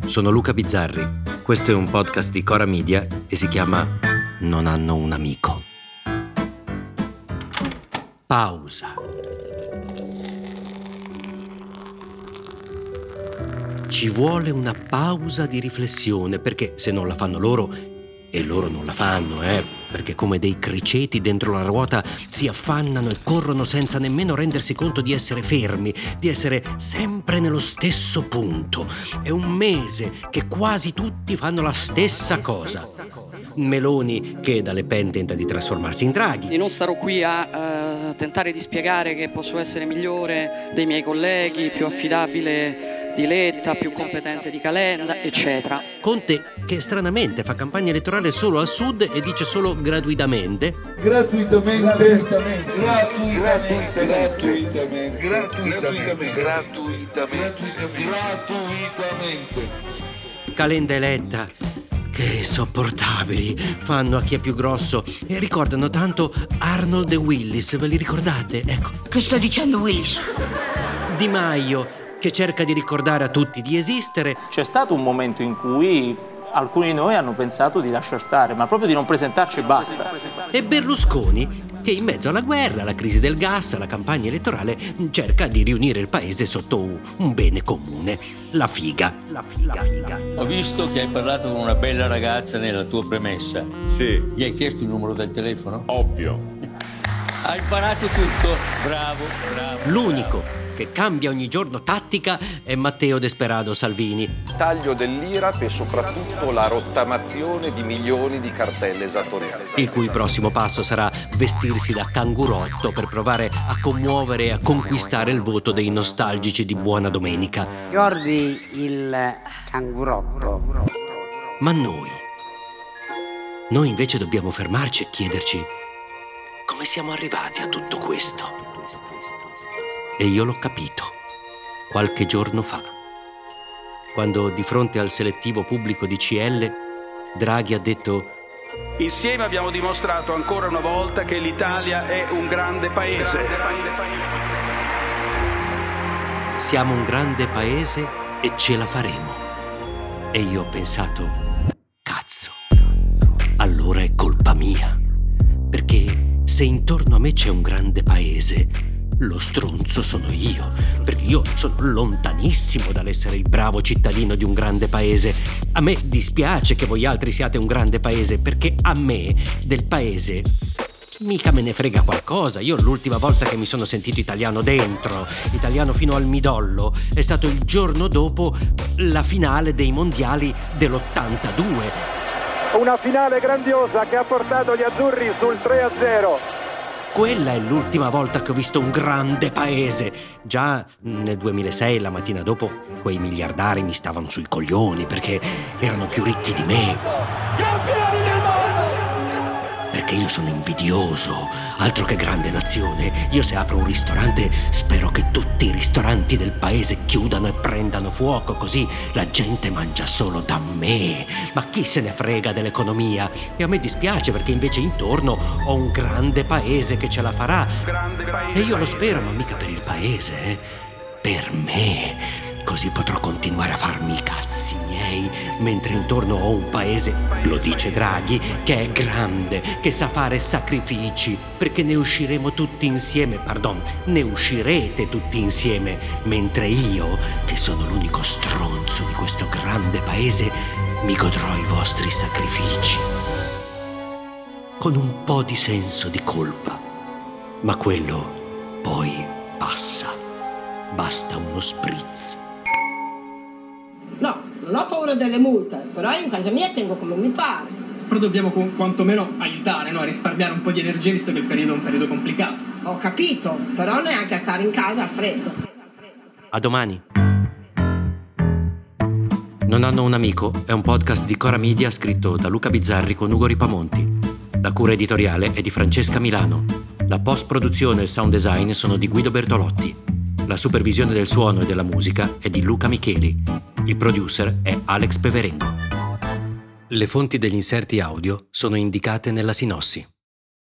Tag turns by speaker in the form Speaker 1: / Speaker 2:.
Speaker 1: sono Luca Bizzarri. Questo è un podcast di Cora Media e si chiama Non hanno un amico. Pausa. Ci vuole una pausa di riflessione, perché se non la fanno loro, e loro non la fanno, perché come dei criceti dentro la ruota si affannano e corrono senza nemmeno rendersi conto di essere fermi, di essere sempre nello stesso punto. È un mese che quasi tutti fanno la stessa cosa. Meloni che da Le Pen tenta di trasformarsi in Draghi.
Speaker 2: E non starò qui a tentare di spiegare che posso essere migliore dei miei colleghi, più affidabile di Letta, più competente di Calenda, eccetera.
Speaker 1: Conte che stranamente fa campagna elettorale solo al sud e dice solo gratuitamente. Calenda e Letta, che insopportabili, fanno a chi è più grosso e ricordano tanto Arnold e Willis, ve li ricordate? Ecco.
Speaker 3: Che sta dicendo Willis?
Speaker 1: Di Maio, che cerca di ricordare a tutti di esistere.
Speaker 4: C'è stato un momento in cui alcuni di noi hanno pensato di lasciar stare, ma proprio di non presentarci e basta.
Speaker 1: E Berlusconi, che in mezzo alla guerra, alla crisi del gas, alla campagna elettorale, cerca di riunire il paese sotto un bene comune, la figa.
Speaker 5: Ho visto che hai parlato con una bella ragazza nella tua premessa.
Speaker 6: Sì.
Speaker 5: Gli hai chiesto il numero del telefono?
Speaker 6: Ovvio.
Speaker 5: Hai imparato tutto, bravo.
Speaker 1: L'unico che cambia ogni giorno tattica è Matteo Desperado Salvini.
Speaker 7: Taglio dell'IRAP e soprattutto la rottamazione di milioni di cartelle esattoriali.
Speaker 1: Il cui prossimo passo sarà vestirsi da cangurotto per provare a commuovere e a conquistare il voto dei nostalgici di Buona Domenica.
Speaker 8: Ricordi il cangurotto?
Speaker 1: Ma noi invece dobbiamo fermarci e chiederci come siamo arrivati a tutto questo. E io l'ho capito qualche giorno fa, quando di fronte al selettivo pubblico di CL Draghi ha detto:
Speaker 9: insieme abbiamo dimostrato ancora una volta che l'Italia è un grande paese.
Speaker 1: Siamo un grande paese e ce la faremo. E io ho pensato: cazzo, allora è colpa mia, perché se intorno a me c'è un grande paese, lo stronzo sono io, perché io sono lontanissimo dall'essere il bravo cittadino di un grande paese. A me dispiace che voi altri siate un grande paese, perché a me del paese mica me ne frega qualcosa. Io l'ultima volta che mi sono sentito italiano dentro, italiano fino al midollo, è stato il giorno dopo la finale dei mondiali dell'82.
Speaker 10: Una finale grandiosa che ha portato gli azzurri sul 3-0.
Speaker 1: Quella è l'ultima volta che ho visto un grande paese. Già nel 2006, la mattina dopo, quei miliardari mi stavano sui coglioni perché erano più ricchi di me. Campioni del mondo! Perché io sono invidioso, altro che grande nazione. Io se apro un ristorante spero che tutti i ristoranti del paese chiudano e prendano fuoco, così la gente mangia solo da me. Ma chi se ne frega dell'economia? E a me dispiace perché invece intorno ho un grande paese che ce la farà. E io lo spero, ma mica per il paese, per me. Così potrò continuare a farmi i cazzi miei, mentre intorno ho un paese, lo dice Draghi, che è grande, che sa fare sacrifici, perché ne usciremo tutti insieme, ne uscirete tutti insieme, mentre io, che sono l'unico stronzo di questo grande paese, mi godrò i vostri sacrifici. Con un po' di senso di colpa, ma quello poi passa, basta uno spritz.
Speaker 3: No, non ho paura delle multe, però io in casa mia tengo come mi pare.
Speaker 11: Però dobbiamo quantomeno aiutare, no? A risparmiare un po' di energia, visto che il periodo è un periodo complicato.
Speaker 3: Ho capito, però neanche a stare in casa al freddo.
Speaker 1: A domani. Non hanno un amico è un podcast di Cora Media scritto da Luca Bizzarri con Ugo Ripamonti. La cura editoriale è di Francesca Milano. La post-produzione e il sound design sono di Guido Bertolotti. La supervisione del suono e della musica è di Luca Micheli. Il producer è Alex Peverengo. Le fonti degli inserti audio sono indicate nella sinossi.